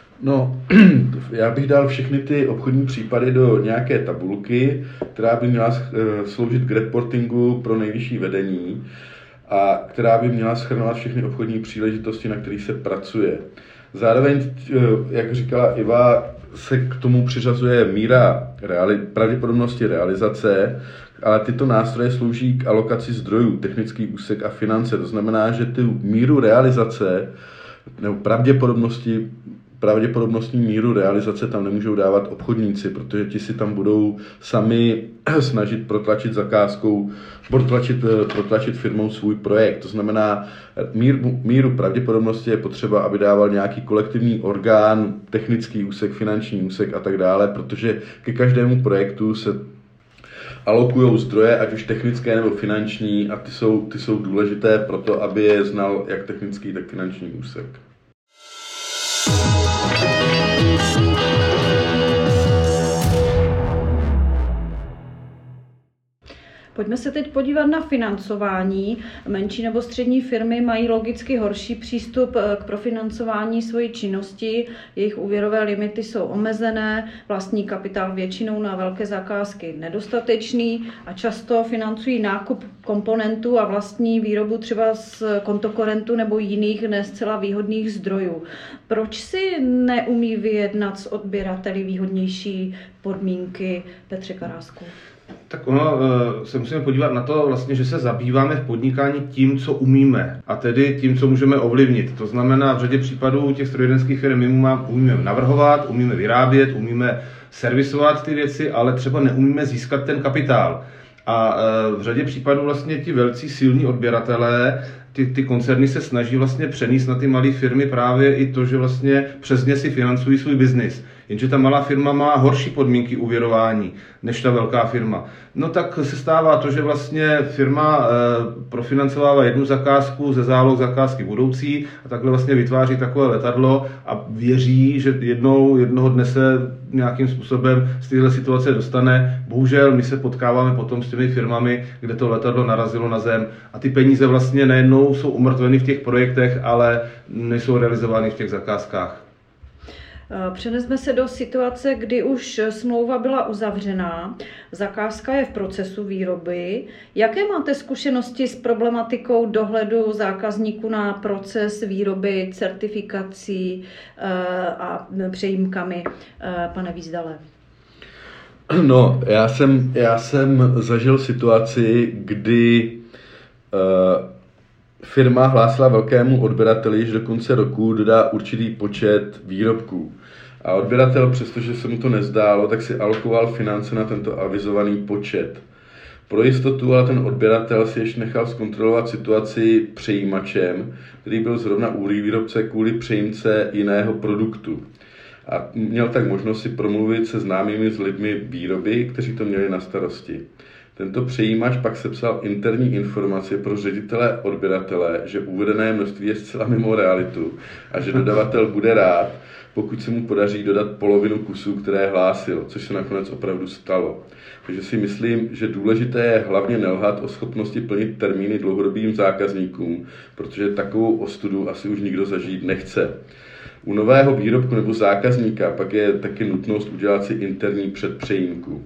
No, já bych dal všechny ty obchodní případy do nějaké tabulky, která by měla sloužit k reportingu pro nejvyšší vedení a která by měla shrnovat všechny obchodní příležitosti, na kterých se pracuje. Zároveň, jak říkala Iva, se k tomu přiřazuje míra reali- pravděpodobnosti realizace, ale tyto nástroje slouží k alokaci zdrojů, technický úsek a finance. To znamená, že tu míru realizace nebo pravděpodobnosti pravděpodobnostní míru realizace tam nemůžou dávat obchodníci, protože ti si tam budou sami snažit protlačit zakázkou, protlačit, protlačit firmou svůj projekt. To znamená, mír, míru pravděpodobnosti je potřeba, aby dával nějaký kolektivní orgán, technický úsek, finanční úsek a tak dále, protože ke každému projektu se alokují zdroje, ať už technické nebo finanční, a ty jsou, ty jsou důležité pro to, aby je znal jak technický, tak finanční úsek. Pojďme se teď podívat na financování. Menší nebo střední firmy mají logicky horší přístup k profinancování svojí činnosti, jejich úvěrové limity jsou omezené, vlastní kapitál většinou na velké zakázky nedostatečný a často financují nákup komponentů a vlastní výrobu třeba z kontokorentu nebo jiných ne zcela výhodných zdrojů. Proč si neumí vyjednat s odběrateli výhodnější podmínky, Petře Karásku? Tak ono se musíme podívat na to, vlastně, že se zabýváme v podnikání tím, co umíme, a tedy tím, co můžeme ovlivnit. To znamená, v řadě případů těch strojírenských firm my umíme navrhovat, umíme vyrábět, umíme servisovat ty věci, ale třeba neumíme získat ten kapitál. A v řadě případů vlastně ti velcí silní odběratelé, ty, ty koncerny se snaží vlastně přenést na ty malé firmy právě i to, že vlastně přes ně si financují svůj biznis. Jenže ta malá firma má horší podmínky úvěrování než ta velká firma. No tak se stává to, že vlastně firma e, profinancovává jednu zakázku ze záloh zakázky budoucí a takhle vlastně vytváří takové letadlo a věří, že jednou, jednoho dne se nějakým způsobem z téhle situace dostane. Bohužel my se potkáváme potom s těmi firmami, kde to letadlo narazilo na zem a ty peníze vlastně nejednou jsou umrtveny v těch projektech, ale nejsou realizovány v těch zakázkách. Přenesme se do situace, kdy už smlouva byla uzavřená, zakázka je v procesu výroby. Jaké máte zkušenosti s problematikou dohledu zákazníků na proces výroby, certifikací a přejímkami, pane Vízdale? No, já jsem, já jsem zažil situaci, kdy uh, firma hlásila velkému odběrateli, že do konce roku dodá určitý počet výrobků. A odběratel, přestože se mu to nezdálo, tak si alokoval finance na tento avizovaný počet. Pro jistotu ale ten odběratel si ještě nechal zkontrolovat situaci přejímačem, který byl zrovna u výrobce kvůli přejímce jiného produktu. A měl tak možnost si promluvit se známými s lidmi výroby, kteří to měli na starosti. Tento přejímač pak sepsal interní informace pro ředitele odběratele, že uvedené množství je zcela mimo realitu a že dodavatel bude rád, pokud se mu podaří dodat polovinu kusů, které hlásil, což se nakonec opravdu stalo. Takže si myslím, že důležité je hlavně nelhat o schopnosti plnit termíny dlouhodobým zákazníkům, protože takovou ostudu asi už nikdo zažít nechce. U nového výrobku nebo zákazníka pak je taky nutnost udělat si interní předpřejímku.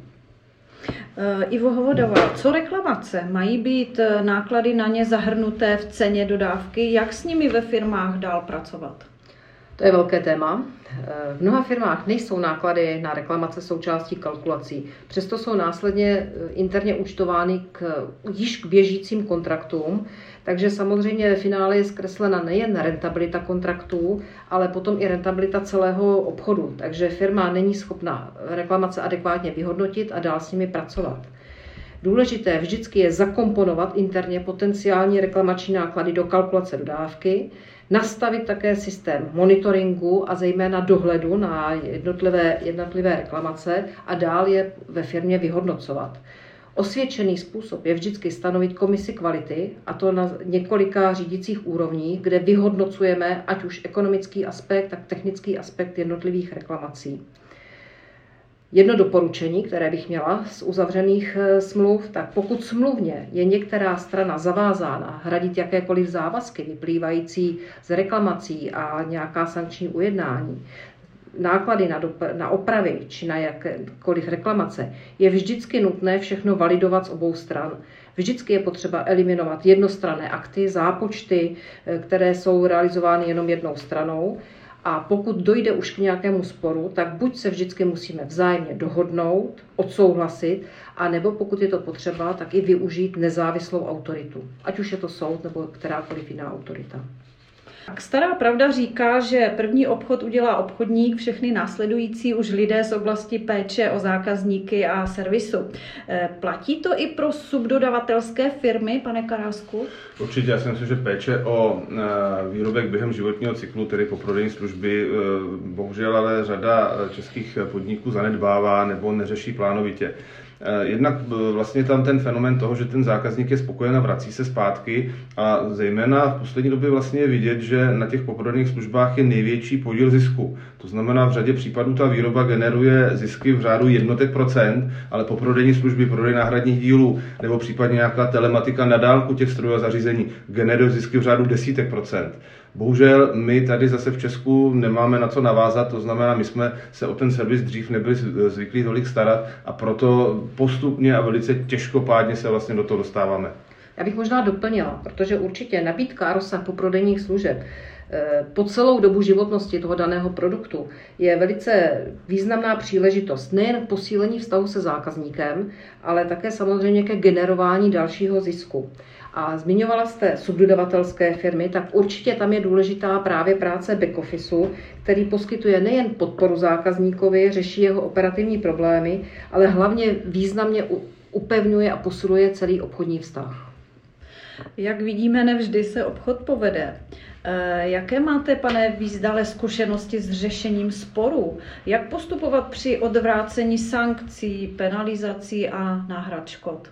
Ivo Hovodová, co reklamace? Mají být náklady na ně zahrnuté v ceně dodávky? Jak s nimi ve firmách dál pracovat? To je velké téma. V mnoha firmách nejsou náklady na reklamace součástí kalkulací, přesto jsou následně interně účtovány k již k běžícím kontraktům, takže samozřejmě ve finále je zkreslena nejen rentabilita kontraktů, ale potom i rentabilita celého obchodu, takže firma není schopna reklamace adekvátně vyhodnotit a dál s nimi pracovat. Důležité vždycky je zakomponovat interně potenciální reklamační náklady do kalkulace dodávky, nastavit také systém monitoringu a zejména dohledu na jednotlivé, jednotlivé reklamace a dál je ve firmě vyhodnocovat. Osvědčený způsob je vždycky stanovit komisi kvality, a to na několika řídících úrovních, kde vyhodnocujeme ať už ekonomický aspekt, tak technický aspekt jednotlivých reklamací. Jedno doporučení, které bych měla z uzavřených smluv, tak pokud smluvně je některá strana zavázána hradit jakékoliv závazky vyplývající z reklamací a nějaká sankční ujednání, náklady na, dop- na opravy či na jakékoliv reklamace, je vždycky nutné všechno validovat z obou stran. Vždycky je potřeba eliminovat jednostranné akty, zápočty, které jsou realizovány jenom jednou stranou. A pokud dojde už k nějakému sporu, tak buď se vždycky musíme vzájemně dohodnout, odsouhlasit, a nebo pokud je to potřeba, tak i využít nezávislou autoritu. Ať už je to soud nebo kterákoliv jiná autorita. Stará pravda říká, že první obchod udělá obchodník, všechny následující už lidé z oblasti péče o zákazníky a servisu. Platí to i pro subdodavatelské firmy, pane Karásku? Určitě, já si myslím, že péče o výrobek během životního cyklu, tedy po prodejní služby, bohužel ale řada českých podniků zanedbává nebo neřeší plánovitě. Jednak vlastně tam ten fenomén toho, že ten zákazník je spokojen a vrací se zpátky, a zejména v poslední době vlastně je vidět, že na těch poprodejních službách je největší podíl zisku. To znamená, v řadě případů ta výroba generuje zisky v řádu jednotek procent, ale poprodejní služby, prodej náhradních dílů nebo případně nějaká telematika na dálku těch strojů a zařízení generuje zisky v řádu desítek procent. Bohužel my tady zase v Česku nemáme na co navázat, to znamená, my jsme se o ten servis dřív nebyli zvyklí tolik starat a proto postupně a velice těžkopádně se vlastně do toho dostáváme. Já bych možná doplnila, protože určitě nabídka a rozsah poprodejních služeb po celou dobu životnosti toho daného produktu je velice významná příležitost nejen k posílení vztahu se zákazníkem, ale také samozřejmě ke generování dalšího zisku. A zmiňovala jste subdodavatelské firmy, tak určitě tam je důležitá právě práce back officeu, který poskytuje nejen podporu zákazníkovi, řeší jeho operativní problémy, ale hlavně významně upevňuje a posiluje celý obchodní vztah. Jak vidíme, nevždy se obchod povede. Jaké máte, pane Vízdale, zkušenosti s řešením sporů? Jak postupovat při odvrácení sankcí, penalizací a náhrad škod?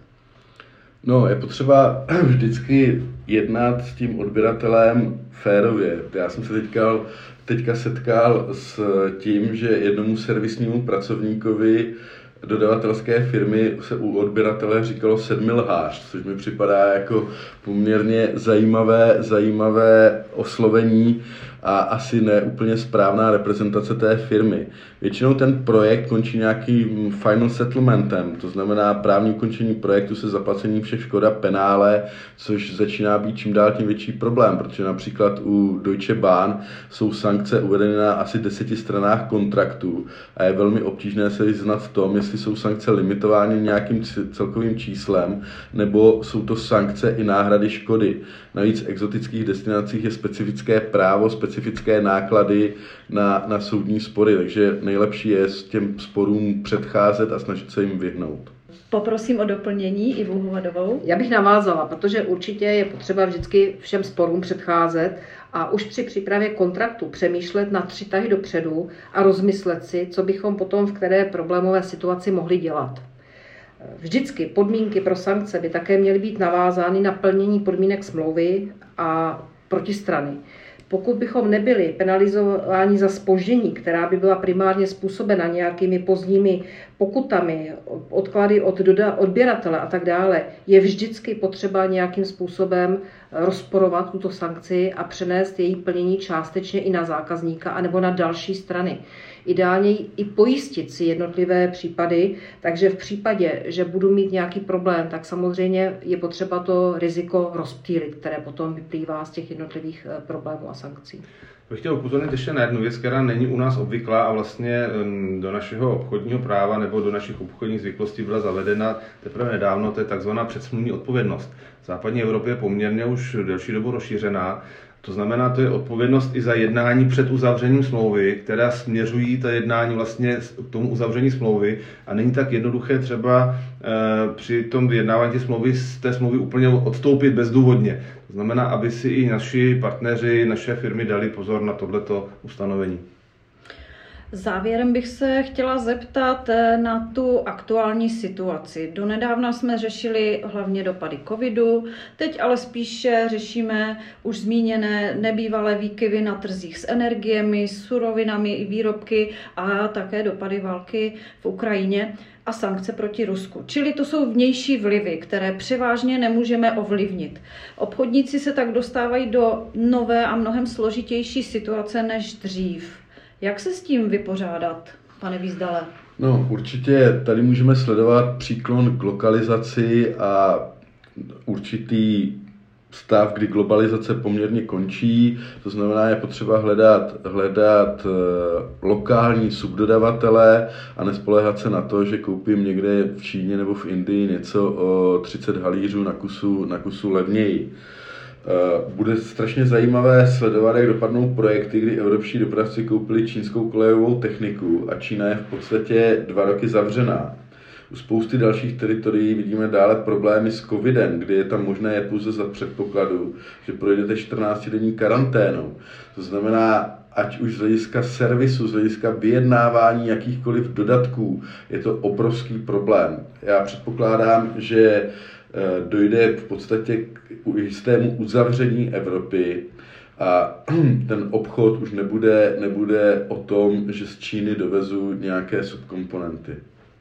No, je potřeba vždycky jednat s tím odběratelem férově. Já jsem se teďka, teďka setkal s tím, že jednomu servisnímu pracovníkovi dodavatelské firmy se u odběratele říkalo sedmilhář, což mi připadá jako poměrně zajímavé, zajímavé oslovení a asi ne úplně správná reprezentace té firmy. Většinou ten projekt končí nějakým final settlementem, to znamená právní ukončení projektu se zaplacením všech škod a penále, což začíná být čím dál tím větší problém, protože například u Deutsche Bahn jsou sankce uvedeny na asi deseti stranách kontraktu a je velmi obtížné se vyznat v tom, jestli jsou sankce limitovány nějakým celkovým číslem, nebo jsou to sankce i náhrady škody. Navíc v exotických destinacích je specifické právo, specifické náklady na, na soudní spory, takže nejlepší je s těm sporům předcházet a snažit se jim vyhnout. Poprosím o doplnění Ivu Hovadovou. Já bych navázala, protože určitě je potřeba vždycky všem sporům předcházet a už při přípravě kontraktu přemýšlet na tři tahy dopředu a rozmyslet si, co bychom potom v které problémové situaci mohli dělat. Vždycky podmínky pro sankce by také měly být navázány na plnění podmínek smlouvy a protistrany. Pokud bychom nebyli penalizováni za zpoždění, která by byla primárně způsobena nějakými pozdními pokutami, odklady od odběratele a tak dále, je vždycky potřeba nějakým způsobem rozporovat tuto sankci a přenést její plnění částečně i na zákazníka anebo na další strany. Ideálně i pojistit si jednotlivé případy, takže v případě, že budu mít nějaký problém, tak samozřejmě je potřeba to riziko rozptýlit, které potom vyplývá z těch jednotlivých problémů a sankcí. Bych chtěl upozornit ještě na jednu věc, která není u nás obvyklá a vlastně do našeho obchodního práva nebo do našich obchodních zvyklostí byla zavedena teprve nedávno, to je takzvaná předsmluvní odpovědnost. V západní Evropě je poměrně už delší dobu rozšířená. To znamená, to je odpovědnost i za jednání před uzavřením smlouvy, která směřují ta jednání vlastně k tomu uzavření smlouvy a není tak jednoduché třeba e, při tom vyjednávání té smlouvy z té smlouvy úplně odstoupit bezdůvodně. To znamená, aby si i naši partneři, naše firmy dali pozor na tohleto ustanovení. Závěrem bych se chtěla zeptat na tu aktuální situaci. Donedávna jsme řešili hlavně dopady covidu, teď ale spíše řešíme už zmíněné nebývalé výkyvy na trzích s energiemi, surovinami i výrobky a také dopady války v Ukrajině a sankce proti Rusku. Čili to jsou vnější vlivy, které převážně nemůžeme ovlivnit. Obchodníci se tak dostávají do nové a mnohem složitější situace než dřív. Jak se s tím vypořádat, pane Vízdale? No, určitě tady můžeme sledovat příklon k lokalizaci a určitý stav, kdy globalizace poměrně končí. To znamená, je potřeba hledat, hledat lokální subdodavatele a nespoléhat se na to, že koupím někde v Číně nebo v Indii něco o třicet halířů na kusu, na kusu levněji. Bude strašně zajímavé sledovat, jak dopadnou projekty, kdy evropští dopravci koupili čínskou kolejovou techniku a Čína je v podstatě dva roky zavřená. U spousty dalších teritorií vidíme dále problémy s covidem, kdy je tam možné je pouze za předpokladu, že projdete čtrnáctidenní karanténou. To znamená, ať už z hlediska servisu, z hlediska vyjednávání jakýchkoliv dodatků, je to obrovský problém. Já předpokládám, že dojde v podstatě k jistému uzavření Evropy a ten obchod už nebude, nebude o tom, že z Číny dovezu nějaké subkomponenty.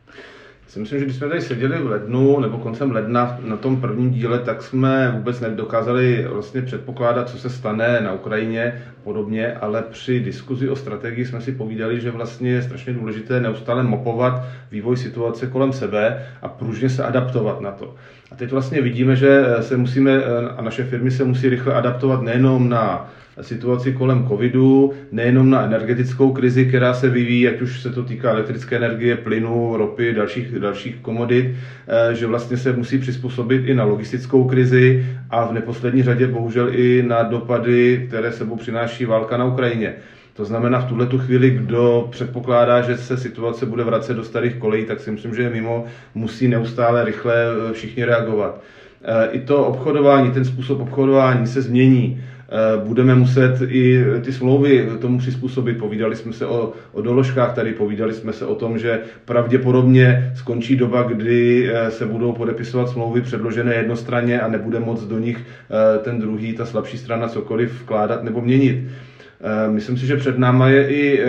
Já si myslím, že když jsme tady seděli v lednu nebo koncem ledna na tom prvním díle, tak jsme vůbec nedokázali vlastně předpokládat, co se stane na Ukrajině podobně, ale při diskuzi o strategii jsme si povídali, že vlastně je strašně důležité neustále mapovat vývoj situace kolem sebe a pružně se adaptovat na to. A teď vlastně vidíme, že se musíme a naše firmy se musí rychle adaptovat nejenom na situaci kolem covidu, nejenom na energetickou krizi, která se vyvíjí, ať už se to týká elektrické energie, plynu, ropy, dalších, dalších komodit, že vlastně se musí přizpůsobit i na logistickou krizi a v neposlední řadě bohužel i na dopady, které sebou přináší válka na Ukrajině. To znamená, v tuhletu chvíli, kdo předpokládá, že se situace bude vracet do starých kolejí, tak si myslím, že je mimo, musí neustále rychle všichni reagovat. I to obchodování, ten způsob obchodování se změní. Budeme muset i ty smlouvy tomu přizpůsobit. Povídali jsme se o, o doložkách tady, povídali jsme se o tom, že pravděpodobně skončí doba, kdy se budou podepisovat smlouvy předložené jednostranně a nebude moc do nich ten druhý, ta slabší strana cokoliv vkládat nebo měnit. Myslím si, že před náma je i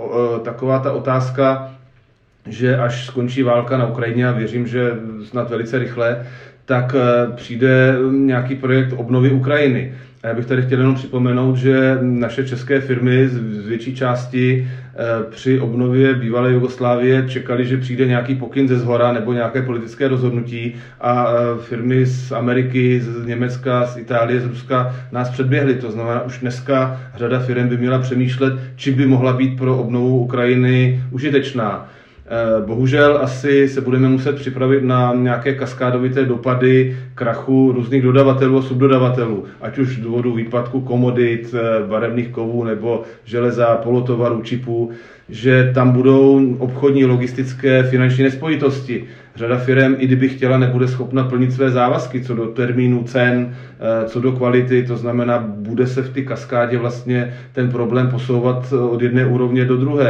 taková ta otázka, že až skončí válka na Ukrajině, a věřím, že snad velice rychle, tak přijde nějaký projekt obnovy Ukrajiny. A já bych tady chtěl jenom připomenout, že naše české firmy z větší části při obnově bývalé Jugoslávie čekali, že přijde nějaký pokyn ze zhora nebo nějaké politické rozhodnutí a firmy z Ameriky, z Německa, z Itálie, z Ruska nás předběhly. To znamená, už dneska řada firm by měla přemýšlet, či by mohla být pro obnovu Ukrajiny užitečná. Bohužel asi se budeme muset připravit na nějaké kaskádovité dopady krachu různých dodavatelů a subdodavatelů, ať už z důvodu výpadku komodit, barevných kovů nebo železa, polotovarů, čipů, že tam budou obchodní, logistické, finanční nespojitosti. Řada firem, i kdyby chtěla, nebude schopna plnit své závazky co do termínu, cen, co do kvality, to znamená, bude se v té kaskádě vlastně ten problém posouvat od jedné úrovně do druhé.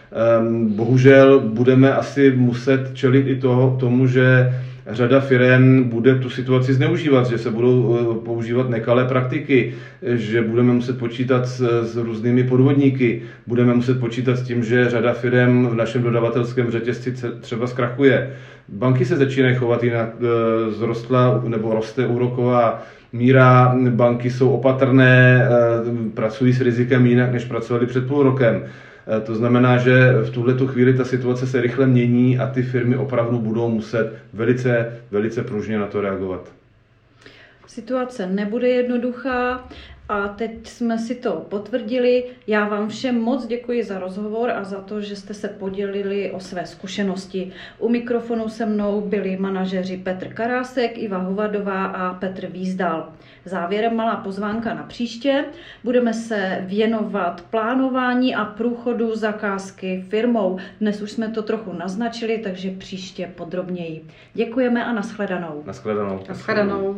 Bohužel budeme asi muset čelit i toho, tomu, že řada firem bude tu situaci zneužívat, že se budou používat nekalé praktiky, že budeme muset počítat s, s různými podvodníky, budeme muset počítat s tím, že řada firem v našem dodavatelském řetězci třeba zkrachuje. Banky se začínají chovat jinak, zrostla nebo roste úroková míra, banky jsou opatrné, pracují s rizikem jinak, než pracovali před půl rokem. To znamená, že v tuhletu chvíli ta situace se rychle mění a ty firmy opravdu budou muset velice, velice pružně na to reagovat. Situace nebude jednoduchá a teď jsme si to potvrdili. Já vám všem moc děkuji za rozhovor a za to, že jste se podělili o své zkušenosti. U mikrofonu se mnou byli manažeři Petr Karásek, Iva Hovadová a Petr Vízdal. Závěrem malá pozvánka na příště. Budeme se věnovat plánování a průchodu zakázky firmou. Dnes už jsme to trochu naznačili, takže příště podrobněji. Děkujeme a nashledanou. Nashledanou. Nashledanou.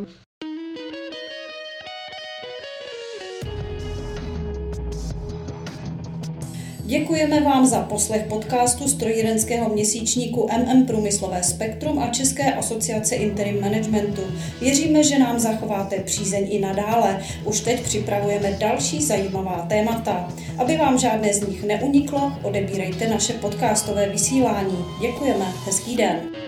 Děkujeme vám za poslech podcastu strojírenského měsíčníku M M Průmyslové spektrum a České asociace interim managementu. Věříme, že nám zachováte přízeň i nadále. Už teď připravujeme další zajímavá témata. Aby vám žádné z nich neuniklo, odebírejte naše podcastové vysílání. Děkujeme, hezký den.